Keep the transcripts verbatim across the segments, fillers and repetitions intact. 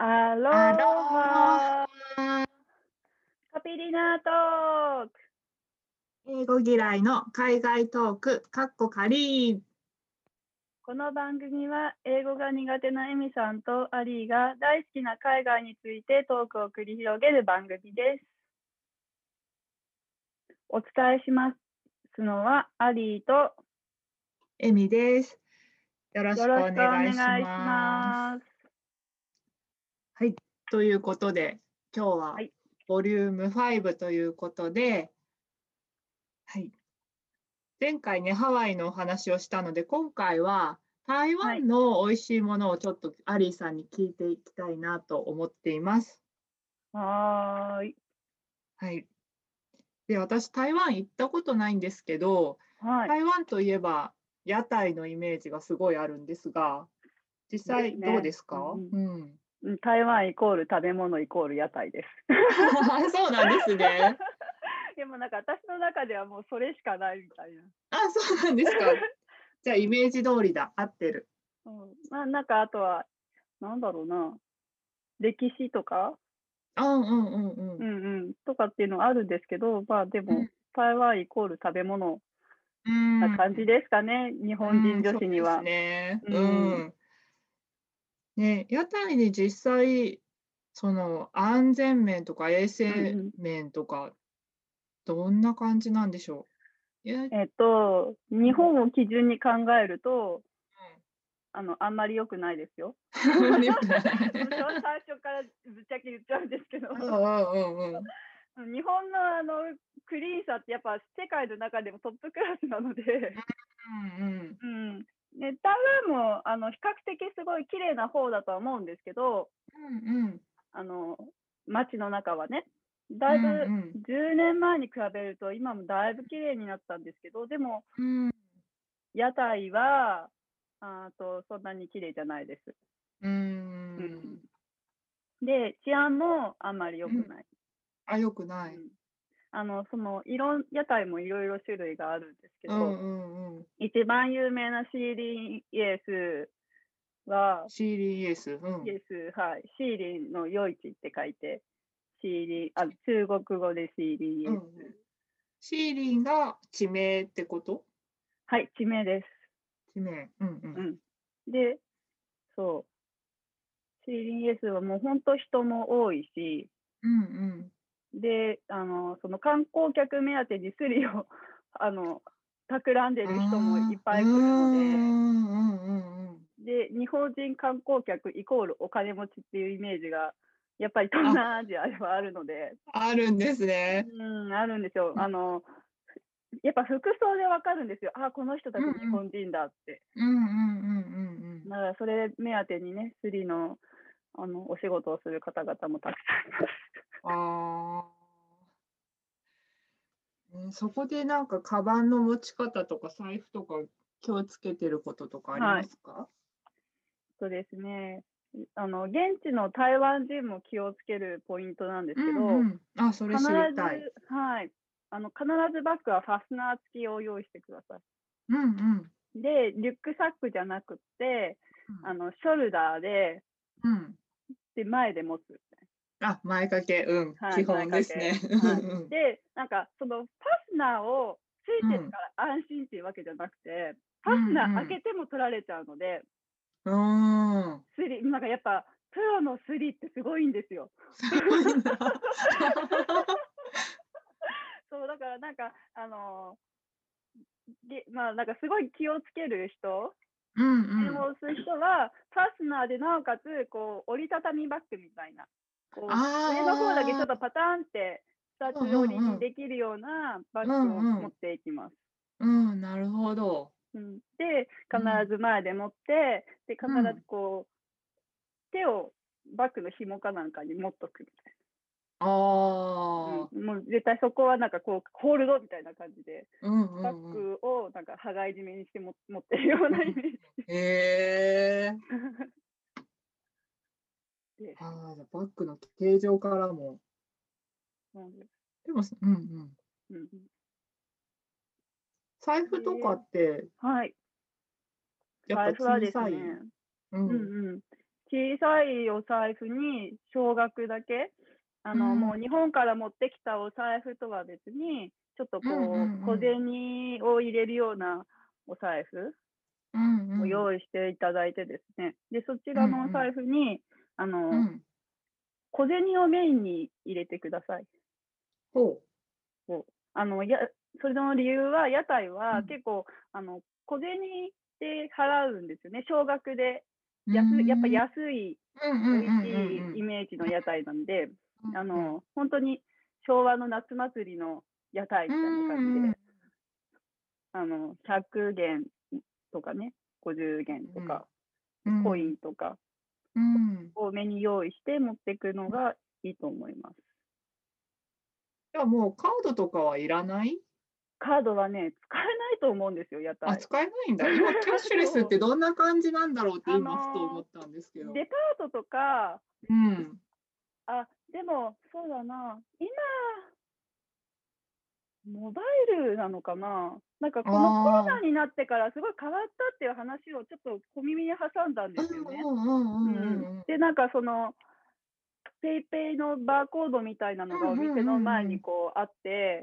アアロロハ、 ハ。 カピリナトーク。 英語嫌いの海外トーク、かっこかり。 この番組は英語が苦手なエミさんとアリーが大好きな海外についてトークを繰り広げる番組です。お伝えしますのはアリーとエミです。よろしくおよろしくお願いし願いします。 ます。 はい、ということで、今日ははい。 ボリュームファイブということで、はい、前回ね、ハワイのお話をしたので、今回は台はい。 湾の美味しいものをちょっとアリーさんに聞いていきたいなと思っています。 はーい。 はい。で、私、台湾行ったことないんですけど、 はい。 台湾といえば屋台のイメージがすごいあるんですが、実際どうですね。 ですか？ うんうん。 うん、台湾イコール食べ物イコール屋台です。 そうなんですね。 でもなんか私の中ではもうそれしかないみたいな。 あ、そうなんですか。じゃあイメージ通りだ、合ってる。 うん、まあ、なんかあとは、なんだろうな、歴史とか、 あ、うんうんうん。 うんうん、とかっていうのはあるんですけど、まあでも、 うん。 台湾イコール食べ物うーなん。 感じですかね、日本うーん、 人女そうです子には。 ね。ううん。 ん。ね、屋台に実際、その安全面とか衛生うんうん。 面とか、どんな感じなんでしょう？やえっと、 うん、 日本を基準に考えると、あの、あんまり良くないですよ。 うん。あんまり良くない。 もう最初からぶっちゃけ言っちゃうんですけど。 うんうんうんうん。 日本のあのクリーンさってやっぱ世界の中でもトップクラスなので、 うんうん。 うん。ね、台湾もあの比較的すごい綺麗な方だとは思うんですけど、 うんうん。 あの街の中はね、だういぶんうん。 じゅうねんまえに比べると今もだいぶ綺麗になったんですけど、でもうん。 屋台はあとそんなに綺麗じゃないです。 うーうん、 ん。 で、治安もあんまり良うん。 くない。 あ、良くない。 うん、あのそのいろん屋台もいろいろ種類があるんですけど、 うんうんうん。 一番有名なシーリンイエスは、 シーリーエス、うん。 イエス、はい、シーリンの夜市って書いて、シーリン、あ、中国語でシーリンイエうんうん。 ス。 シーリンが地名ってこと？ はい、地名です。 地名。うんうん。 うん。で、そう、シーリンイエスはもう本当人も多いし、 うんうん。 で、あの、その観光客目当てにスリを、あの、企んでる人もいっああ、うーぱい来るので、 ん、うんうんうん。 で、日本人観光客イコールお金持ちっていうイメージが、やっぱり東あ、 南アジアではあるので、 あるんですね。 うん、あるんですよ。 うん、 あの、やっぱ服装でわかるんですよ。あ、この人たうんうん。 ち日本人だって。 うんうんうんうんうん。 だからそれ目当てにね、スリの、あの、お仕事をする方々もたくさんいます。 ああ。ね、そこでなんかカバンの持ち方とか財布とか気をつけてることとかありはい。 ますか？ そうですね。あの、現地の台湾人も気をつけるポイントなんですうけど、 んうん。あ、それ必知りたい。 ず、はい。あの、必ずバッグはファスナー付きを用意してくださうんうん。 い。で、リュックサックじゃなくって、 うん。 あの、ショルダーで、 うん。 で、前で持つ。 あ、前掛け、うん、 はい、前基本ですね。 掛け。 うんはい。 うん。 で、なんか、そのファスナーをついてるうん。 から安心っていうわけじゃなくて、フうんァスナーうん。 開けても取られちゃうので、 うーん。 スリ、なんかやっぱ、プロのスリってすごいんですよ。 すごいな。 そう、だからなんか、あので、まあ、なんかすごい気をつける人、 うんうん。 注文する人は、ファスナーでなおかつ、こう、折りたたみバッグみたいな、こう、上の方だけちょああ。 っとパターンって2 うんつ折りうんうん。 にできるようなバうッグをんうん。 持っていきます。 うん、なるほど。 うん、で、必うん。 ず前で持って、で、必うん。 ずこう、手をバッグの紐かなんかに持っとくみたいあな。 あ。 うん、もう絶対そこはなんかこう、ホールドみたいな感じで、 うんうバッんうん。 グをなんか羽交い締めにしても持ってるようなイメージへえ。 です。 ああ、じゃ、バッグの形状からも、 うんでも、すうんうん。 うん、 財布とかで、 って、 はい、 やっぱ財布はですね、 小さい？ううんん。 うん、 小さいお財布に少額だけ、あうの、 ん。 もう日本から持ってきたお財布とは別に、ちょっとうんうこう、小んうん。 銭を入れるようなお財布うんうん。 を用意していただいてですね。で、そちうんらのお財布に、あうの、 ん。 小銭をメインに入れてください。 ほそうあのやそれの理由は、屋台う。 は結構、あの小銭で払うんですよね、少額で。 うー安やっぱん。 安い、 うんうん美味うんうんうん。 しいイメージの屋台なんで、あうんうん。 の本当に昭和の夏祭りの屋台うみたいな感じんうん。 で、あのひゃくげんとかね、ごじゅうげんとうんか、 うコイん。 ンとかうん。 多めに用意して持っていくのがいいと思います。 じゃあもうカードとかはいらない？ カードはね、使えないと思うんですよ、屋あ、 台。 使えないんだ。今キャッシュレスっそう。 てどんな感じなんだろうってあ今ふと思のったんですけー、 ど。 デパートとか、 うん。 あ、でも、そうだな、今、モバイルなのかな、なんかこのコロああ。 ナになってからすごい変わったっていう話をちょっと小耳に挟んだんうですよね。 んうんうんううん。 んうんうん。 で、なんかその、ペイペイのバーコードみたいなのがおうんうん店の前うんうん。 にこうあって、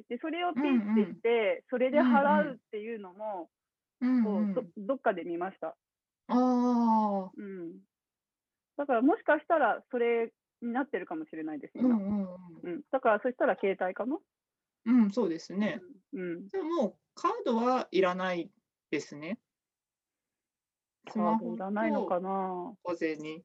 で、それをうピッてしんうん。 て、それでうんう払うっん。 ていうのも、 うんこう、どうん。 どっかで見ました。 ああ。 うん。だからもしかしたらそれになってるかもしれないです、今。 うんうんうん。 うん。だからそしたら携帯かな？ うん、そうですね。 うん。うん。 じゃあもうカードはいらないですね。スマホカードいらないのとかな？ 小銭。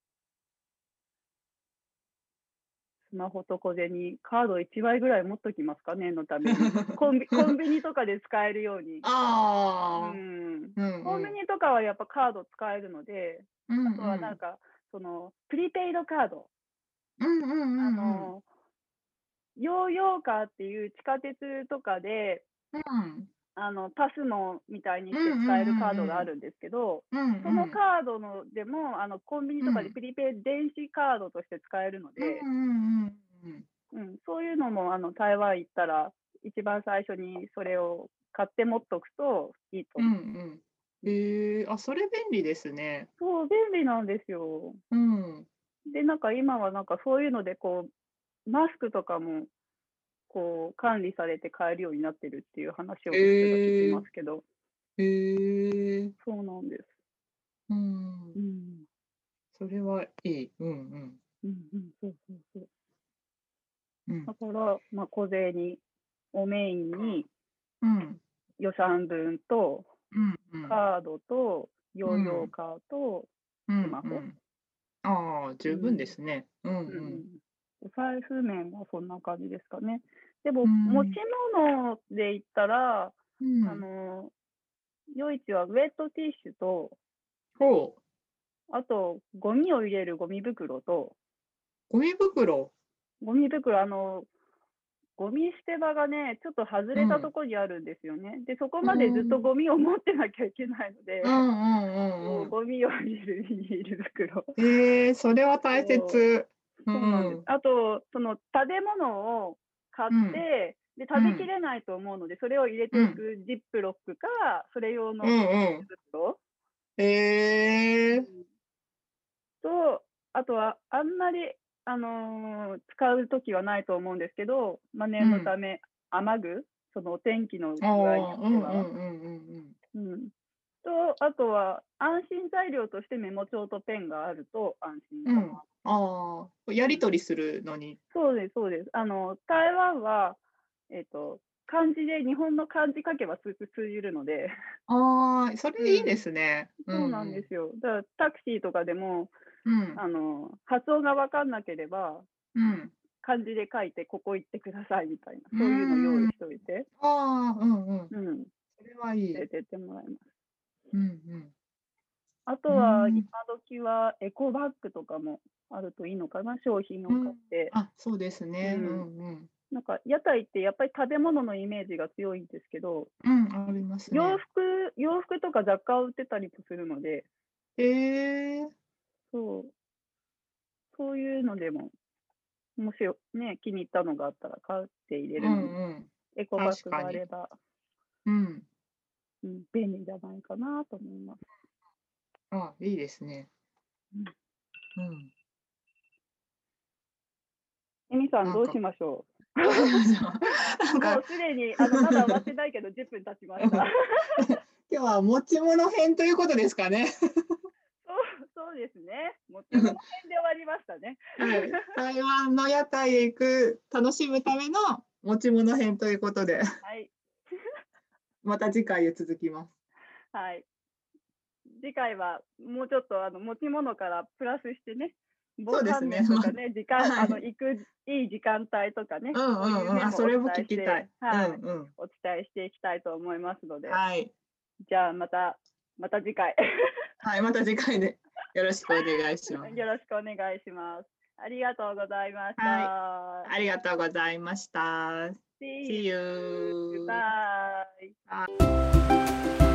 スマホと小銭、カードいちまいぐらい持っときますか、念のために。コンビコンビニとかで使えるように。うああ。 ん。 うんコンうん。 ビニとかはやっぱカード使えるので、 うんあとはうん。 なんか、その、プリペイドカード、 うんうんうあんうん。 の、ヨーヨーカーっていう地下鉄とかで、 うん。 あの、パスモみたいにしてうんうん使えるカードうんうん。 があるんですけど、 うんそのうん。 カードのでも、あの、コンビニとかでうん。 プリペイ電子カードとして使えるのうんで、 うんうんうん。 うん、そういうのも、あの、台湾行ったら、一番最初にそれを買って持っとくといいとうん思うん。 う。うん。 へえ、あ、それ便利ですね。 そう、便利なんですよ。 うん。 で、なんか今はなんかそういうので、こう、マスクとかも、こう、管理されて買えるようになってるっていう話をいくつか聞きへえ。 ますけど、 へえ。 そうなんです。 うん。 うん。 それはいい。うんうん。 うんうん、そうそうそう。 うん。 だから、まあ、小銭をメインにうん。 予算分と、 うんうん。 カードと、ヨーヨーうん。 カーと、 うスマホ。 んうん。ああ、十分でうん。 すね。うんうんううん。 ん。お財布面はそんな感じですかね。でうも、持ちん。 物で言ったら、あうん。 の、夜市はウェットティッシュと、 ほう。 あと、ゴミを入れるゴミ袋と、 ゴミ袋。 ゴミ袋、あの、ゴミ捨て場がね、ちょっと外れたとうん。 ころにあるんですよね。で、そこうまでずっとん。 ゴミを持ってなきゃいけないので、 うんうんうそう、 んうん。 ゴミを入れるビニール袋。 ええ、それは大そう、 切。うそうなんです。 ん。 あと、その食べ物を買っうん。 て、で、食べきうん。 れないと思うので、それを入れうん。 ていくジップロックか、それ用うのビニーんうん。 ル袋、 ええ。 うん、と、あとは、あんまり、あのー使うときはないと思うんですけど、まあ、念のたうん。 め、雨具、そのお天気のああ、 具合にようんうっては、 んうんうんうん。 うん。と、あとは、安心材料としてメモ帳とペンがあると安心かな。 うん。ああ、やうん。 り取りするのに。 そうです、そうです。あの、台湾は、えっと、漢字で日本の漢字書けばすぐ通じるので、 ああ、そうれいいでん、 すね。うそうなんうん。 んですよ。だからタクシーとかでも、 うん。 あの、発音が分かんなければ、 うん。 漢字で書いて、ここ行ってくださいみたいな、 うそういうの用意ーん。 しといて、 ああ、うんうん。 うん、 それはいい。 連れてってもらいます。 うんうん。 あうーとは、今ん。 時はエコバッグとかもあるといいのかな、商品を買っうん。 て。 あ、そうですね。ううん。 んうん。 なんか、屋台ってやっぱり食べ物のイメージが強いんですけど、 うん、あります洋ね。 服洋服とか雑貨を売ってたりもするので、 へえ。 そう、そういうのでも、もしね、気に入ったのがあったら買うって入れうるのに、 んうん。 エコバッグ確かに。 があれば、 うん。 うん、便利じゃないかなと思います。 あ、いいですね。 うん。 うんエミさん、 なんかどうしましょなんう。もかうすでに、あの、まだ終わってないけど、じゅっぷん経ちました。 今日は持ち物編ということですかね。 そう、そうですね。持ち物編で終わりましたね。 はい、台湾の屋台へ行く楽しむための持ち物編ということで、 はい。 また次回へ続きます。 はい。次回はもうちょっとあの持ち物からプラスしてね、防犯そうですね。 面とかね、時間、 はいあの行くいい時間帯とかね、 うんそういううんうん。あ、 面もお伝それも聞えしてきたい。、 はい、 うんうん。 お伝えしていきたいと思いますので、 はい。 じゃあまた、また次回はい、また次回でよろしくお願いします。 よろしくお願いします。ありがとうございましはい、 た。 ありがとうございました。 See See you. you. Goodbye.